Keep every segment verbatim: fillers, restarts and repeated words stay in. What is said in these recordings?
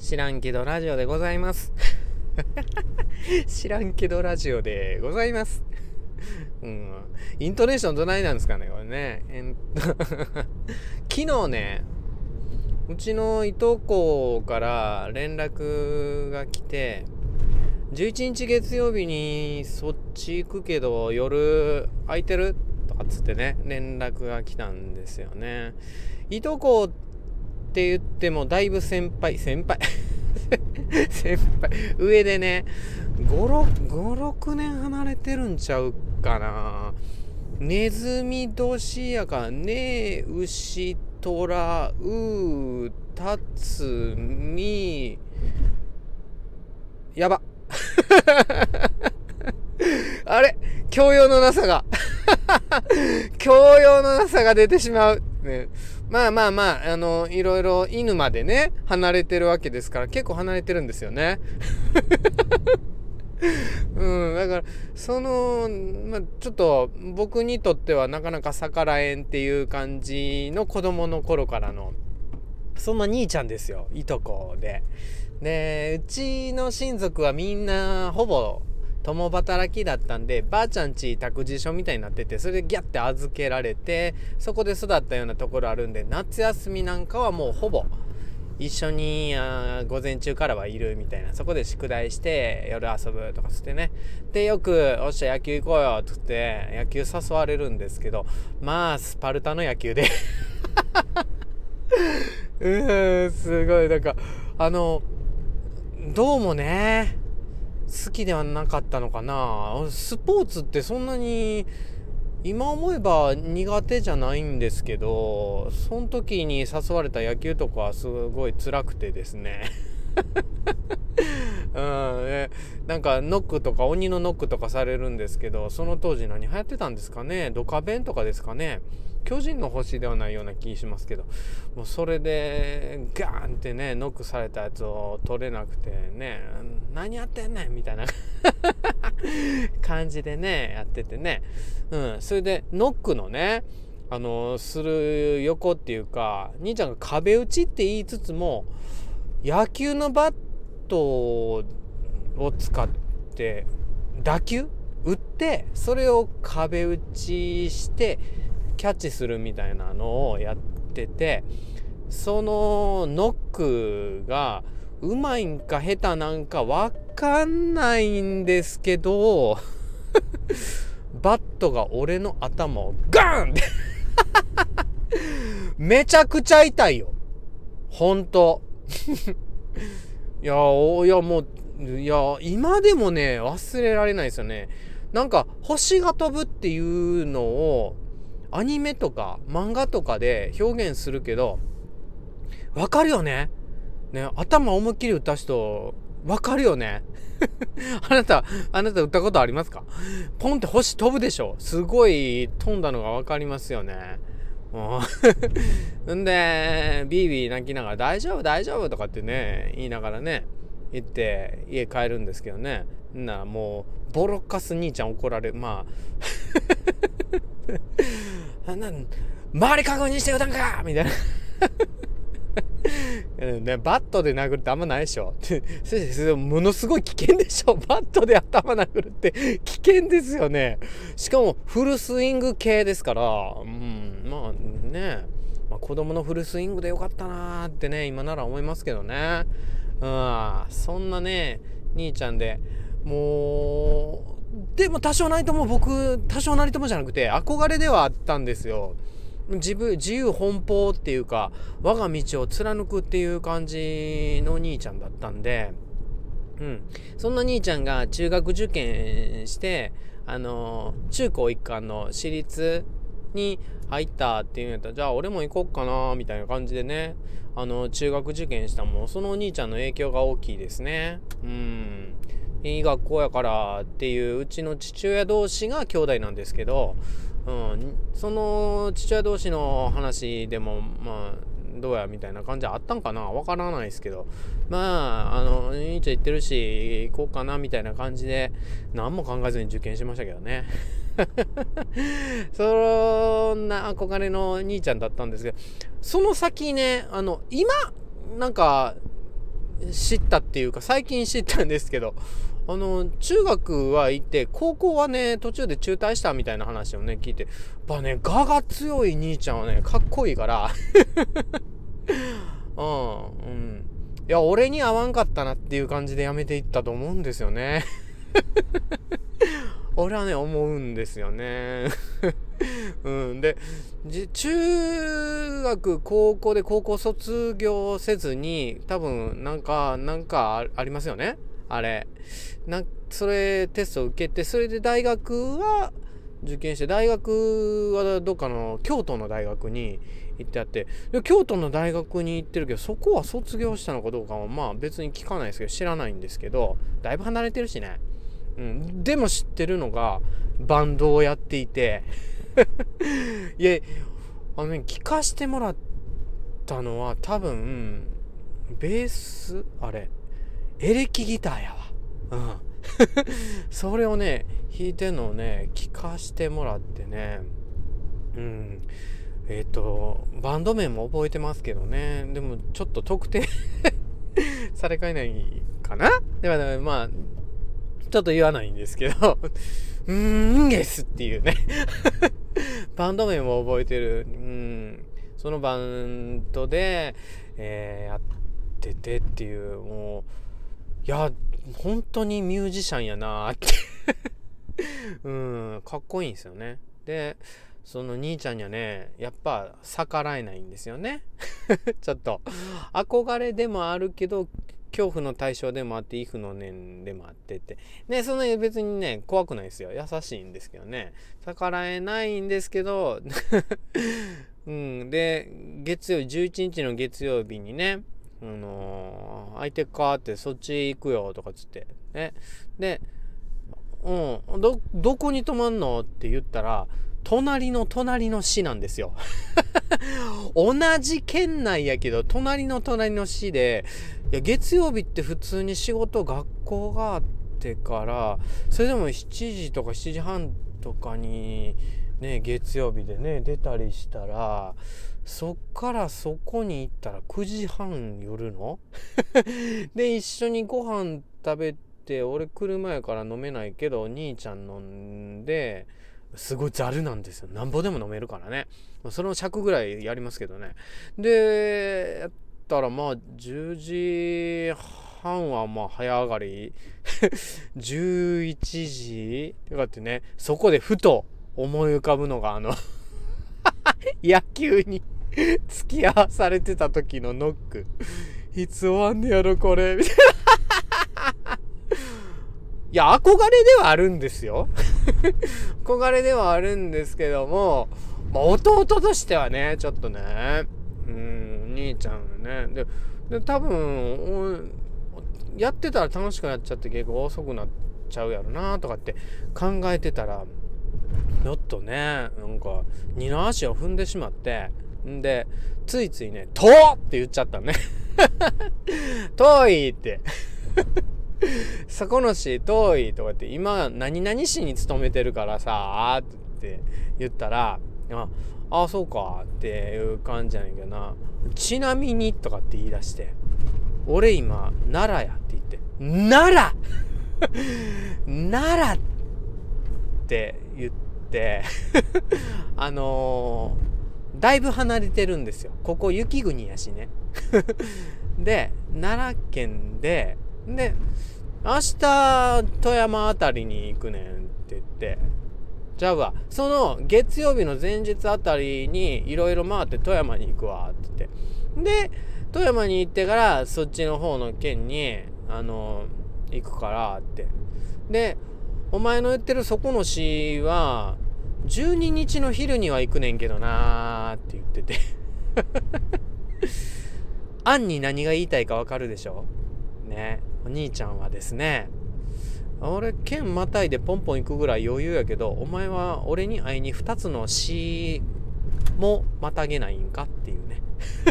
知らんけどラジオでございます知らんけどラジオでございますうん、イントネーションどないなんですかねこれねえん昨日ねうちのいとこから連絡が来て、じゅういちにち月曜日にそっち行くけど夜空いてるとかっつってね連絡が来たんですよね。いとこって言ってもだいぶ先輩先輩先輩上でねご、ろくねん離れてるんちゃうかな。ネズミ年やからね、牛トラウタツミやばあれ教養のなさが教養のなさが出てしまう、ね、まあまあまああのいろいろ犬までね離れてるわけですから結構離れてるんですよねうん、だからその、まあ、ちょっと僕にとってはなかなか逆らえんっていう感じの子供の頃からのそんな兄ちゃんですよ、いとこで。でうちの親族はみんなほぼ共働きだったんで、ばあちゃんち託児所みたいになってて、それでギャッて預けられてそこで育ったようなところあるんで、夏休みなんかはもうほぼ一緒にあ午前中からはいるみたいな、そこで宿題して夜遊ぶとかつってね。でよくおっしゃ野球行こうよって言って野球誘われるんですけど、まあスパルタの野球でうーんすごいなんかあのどうもね好きではなかったのかな。スポーツってそんなに今思えば苦手じゃないんですけど、その時に誘われた野球とかはすごい辛くてですねうん、なんかノックとか鬼のノックとかされるんですけど、その当時何流行ってたんですかね。ドカベンとかですかね。巨人の星ではないような気しますけど、もうそれでガーンってねノックされたやつを取れなくてね、何やってんねんみたいな感じでねやっててね、うん、それでノックのねあのする横っていうか、兄ちゃんが壁打ちって言いつつも野球のバットを使って打球打ってそれを壁打ちしてキャッチするみたいなのをやってて、そのノックがうまいんか下手なんか分かんないんですけどバットが俺の頭をガーンってめちゃくちゃ痛いよほんといやいやもういや今でもね忘れられないですよね。なんか星が飛ぶっていうのをアニメとか漫画とかで表現するけどわかるよね。ね、頭思いっきり打った人わかるよねあなたあなた打ったことありますか。ポンって星飛ぶでしょ。すごい飛んだのがわかりますよね。んでビービー泣きながら大丈夫大丈夫とかってね言いながらね行って家帰るんですけどね、なもうボロカス兄ちゃん怒られる。まあなん周り確認してよたんかみたいなね、バットで殴るってあんまないでしょものすごい危険でしょ。バットで頭殴るって危険ですよね。しかもフルスイング系ですから、うん、まあね、まあ、子供のフルスイングでよかったなーってね今なら思いますけどね。うん、そんなね兄ちゃんでもうでも多少なりとも僕多少なりともじゃなくて憧れではあったんですよ。自分自由奔放っていうか我が道を貫くっていう感じの兄ちゃんだったんで、うん、そんな兄ちゃんが中学受験してあの中高一貫の私立に入ったっていうんやったらじゃあ俺も行こっかなみたいな感じでねあの中学受験したもんそのお兄ちゃんの影響が大きいですね。うんいい学校やからっていううちの父親同士が兄弟なんですけど、うん、その父親同士の話でもまあどうやみたいな感じあったんかなわからないですけど、まああの兄ちゃん行ってるし行こうかなみたいな感じで何も考えずに受験しましたけどねそんな憧れの兄ちゃんだったんですけど、その先ねあの今なんか知ったっていうか最近知ったんですけど、あの中学は行って高校はね途中で中退したみたいな話をね聞いて、やっぱね我が強い兄ちゃんはねかっこいいからうん、うん、いや俺に合わんかったなっていう感じでやめていったと思うんですよね俺はね思うんですよねうんで中学高校で高校卒業せずに多分なんかなんかありますよねあれな。それテストを受けて、それで大学は受験して、大学はどっかの京都の大学に行ってあって、で京都の大学に行ってるけどそこは卒業したのかどうかはまあ別に聞かないですけど知らないんですけど、だいぶ離れてるしね、うん、でも知ってるのがバンドをやっていていやあのね聞かしてもらったのは多分ベースあれエレキギターやわ。うんそれをね弾いてんのをね聞かしてもらってね、うんえっ、ー、とバンド名も覚えてますけどね、でもちょっと特定されかねないかな。でもまあちょっと言わないんですけどうーんゲスっていうねバンド名も覚えてる。うんそのバンドで、えー、やっててっていう、もういや本当にミュージシャンやなーってうんかっこいいんですよね。でその兄ちゃんにはねやっぱ逆らえないんですよねちょっと憧れでもあるけど恐怖の対象でもあって畏怖の念でもあってってね、その別にね怖くないですよ、優しいんですけどね、逆らえないんですけどうんで月曜じゅういちにちの月曜日にね、あのー、空いてっかってそっち行くよとかつってね、でうんどどこに泊まんのって言ったら隣の隣の市なんですよ同じ県内やけど隣の隣の市で、いや月曜日って普通に仕事学校があってからそれでもしちじとかしちじはんとかにね月曜日でね出たりしたら、そっからそこに行ったらくじはん夜ので一緒にご飯食べて、俺車やから飲めないけど兄ちゃん飲んで、すごいざるなんですよ、なんぼでも飲めるからね、その尺ぐらいやりますけどね。でやったらまあじゅうじはんはまあ早上がりじゅういちじとかってね、そこでふと思い浮かぶのがあの野球に付き合わされてた時のノック、いつ終わんねやろこれみたいないや憧れではあるんですよ憧れではあるんですけども、まあ、弟としてはねちょっとね、うん兄ちゃんねでで多分やってたら楽しくなっちゃって結構遅くなっちゃうやろなとかって考えてたら、ちょっとねなんか二の足を踏んでしまって、んでついついね遠って言っちゃったね遠いってそこの市遠いとかって今何々市に勤めてるからさって言ったら、ああそうかっていう感じやねんけどな、ちなみにとかって言い出して、俺今奈良やって言って、奈良奈良って言ってあのー、だいぶ離れてるんですよ、ここ雪国やしねで奈良県でで明日富山あたりに行くねんって言って、じゃあわその月曜日の前日あたりにいろいろ回って富山に行くわって言って、で富山に行ってからそっちの方の県にあの行くからって、でお前の言ってるそこの市はじゅうににちの昼には行くねんけどなーって言ってて案に何が言いたいかわかるでしょね。お兄ちゃんはですね、俺県またいでポンポン行くぐらい余裕やけど、お前は俺に会いにふたつの市もまたげないんかっていうね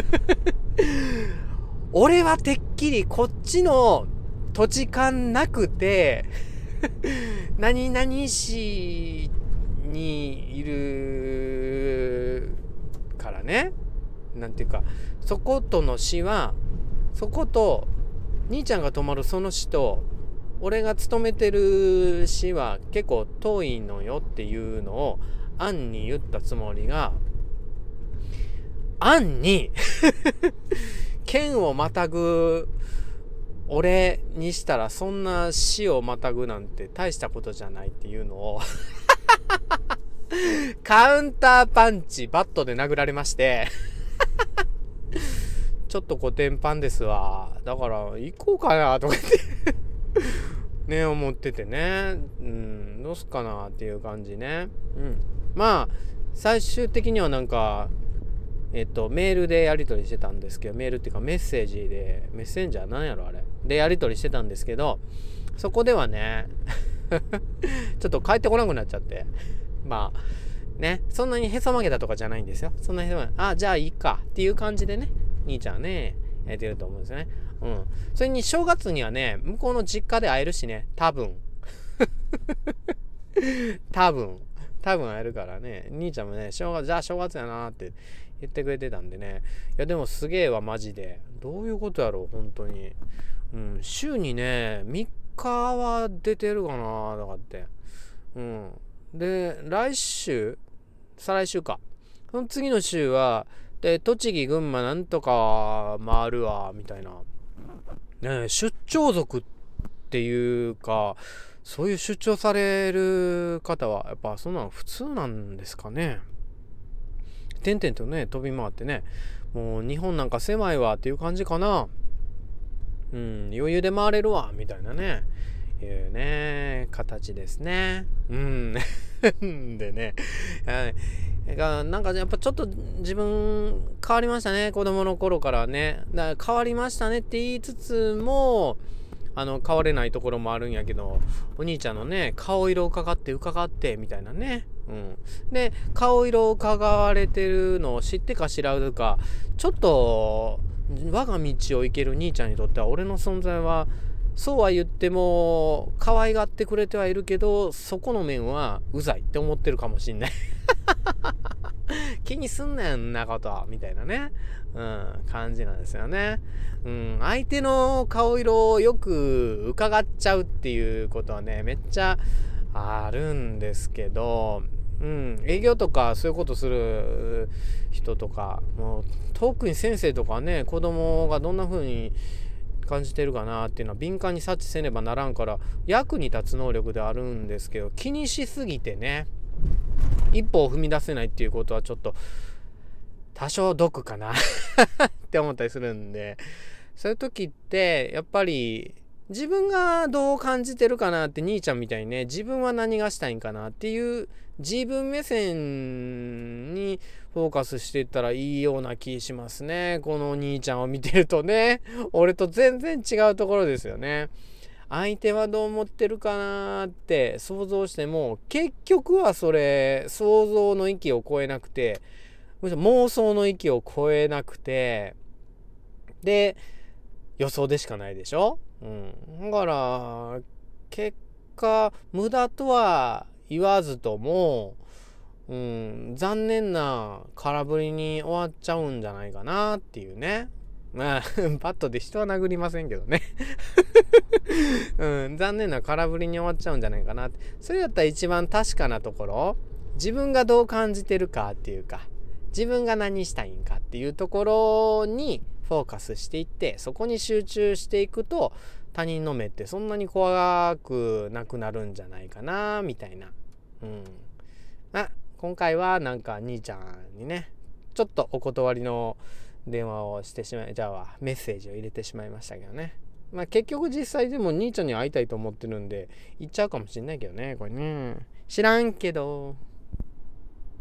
俺はてっきりこっちの土地勘なくて何々市にいるからね、なんていうかそことの市はそこと兄ちゃんが泊まるその市と俺が勤めてる市は結構遠いのよっていうのをアンに言ったつもりが、アンに県をまたぐ俺にしたらそんな市をまたぐなんて大したことじゃないっていうのをカウンターパンチバットで殴られましてちょっとコテンパンですわ、だから行こうかなとか言ってね思っててね、うんどうすっかなっていう感じね。うんまあ最終的にはなんかえっとメールでやり取りしてたんですけど、メールっていうかメッセージで、メッセンジャーなんやろあれでやり取りしてたんですけど、そこではねちょっと帰ってこなくなっちゃって、まあねそんなにへそ曲げたとかじゃないんですよ。そんなへそ曲げあじゃあいいかっていう感じでね兄ちゃんはねやってると思うんですよね。うんそれに正月にはね向こうの実家で会えるしね、多分多分多分会えるからね、兄ちゃんもね正月じゃあ正月やなって言ってくれてたんでね、いやでもすげえわマジで、どういうことやろう本当に。うん週にねみっかは出てるかなとかって、うんで来週再来週か、その次の週はで栃木群馬なんとか回るわみたいなね、出張族っていうかそういう出張される方はやっぱそんなの普通なんですかね。点々とね飛び回ってね、もう日本なんか狭いわっていう感じかな。うん余裕で回れるわみたいなねいうね形ですね。うんでねなんかやっぱちょっと自分変わりましたね、子供の頃からね。だから変わりましたねって言いつつもあの変われないところもあるんやけど、お兄ちゃんのね顔色を伺って伺ってみたいなね、うん、で顔色を伺われてるのを知ってか知らずか、ちょっと我が道を行ける兄ちゃんにとっては俺の存在はそうは言っても可愛がってくれてはいるけど、そこの面はうざいって思ってるかもしんない気にすんなよんなことみたいなね、うん、感じなんですよね。うん、相手の顔色をよく伺っちゃうっていうことはねめっちゃあるんですけど、うん、営業とかそういうことする人とかもう特に先生とかね子供がどんな風に感じてるかなっていうのは敏感に察知せねばならんから役に立つ能力であるんですけど、気にしすぎてね一歩を踏み出せないっていうことはちょっと多少毒かなって思ったりするんで、そういう時ってやっぱり自分がどう感じてるかなって、兄ちゃんみたいにね自分は何がしたいんかなっていう自分目線にフォーカスしていったらいいような気しますね。この兄ちゃんを見てるとね、俺と全然違うところですよね。相手はどう思ってるかなって想像しても結局はそれ想像の域を超えなくて、妄想の域を超えなくて、で予想でしかないでしょ。うん、だから結果無駄とは言わずとも、うん、残念な空振りに終わっちゃうんじゃないかなっていうね。まあバットで人は殴りませんけどね、うん、残念な空振りに終わっちゃうんじゃないかなって。それだったら一番確かなところ、自分がどう感じてるかっていうか、自分が何したいんかっていうところにフォーカスしていって、そこに集中していくと他人の目ってそんなに怖くなくなるんじゃないかなみたいな。うん、あ今回はなんか兄ちゃんにねちょっとお断りの電話をしてしまい、じゃあメッセージを入れてしまいましたけどね。まあ結局実際でも兄ちゃんに会いたいと思ってるんで行っちゃうかもしれないけどね、これね知らんけど。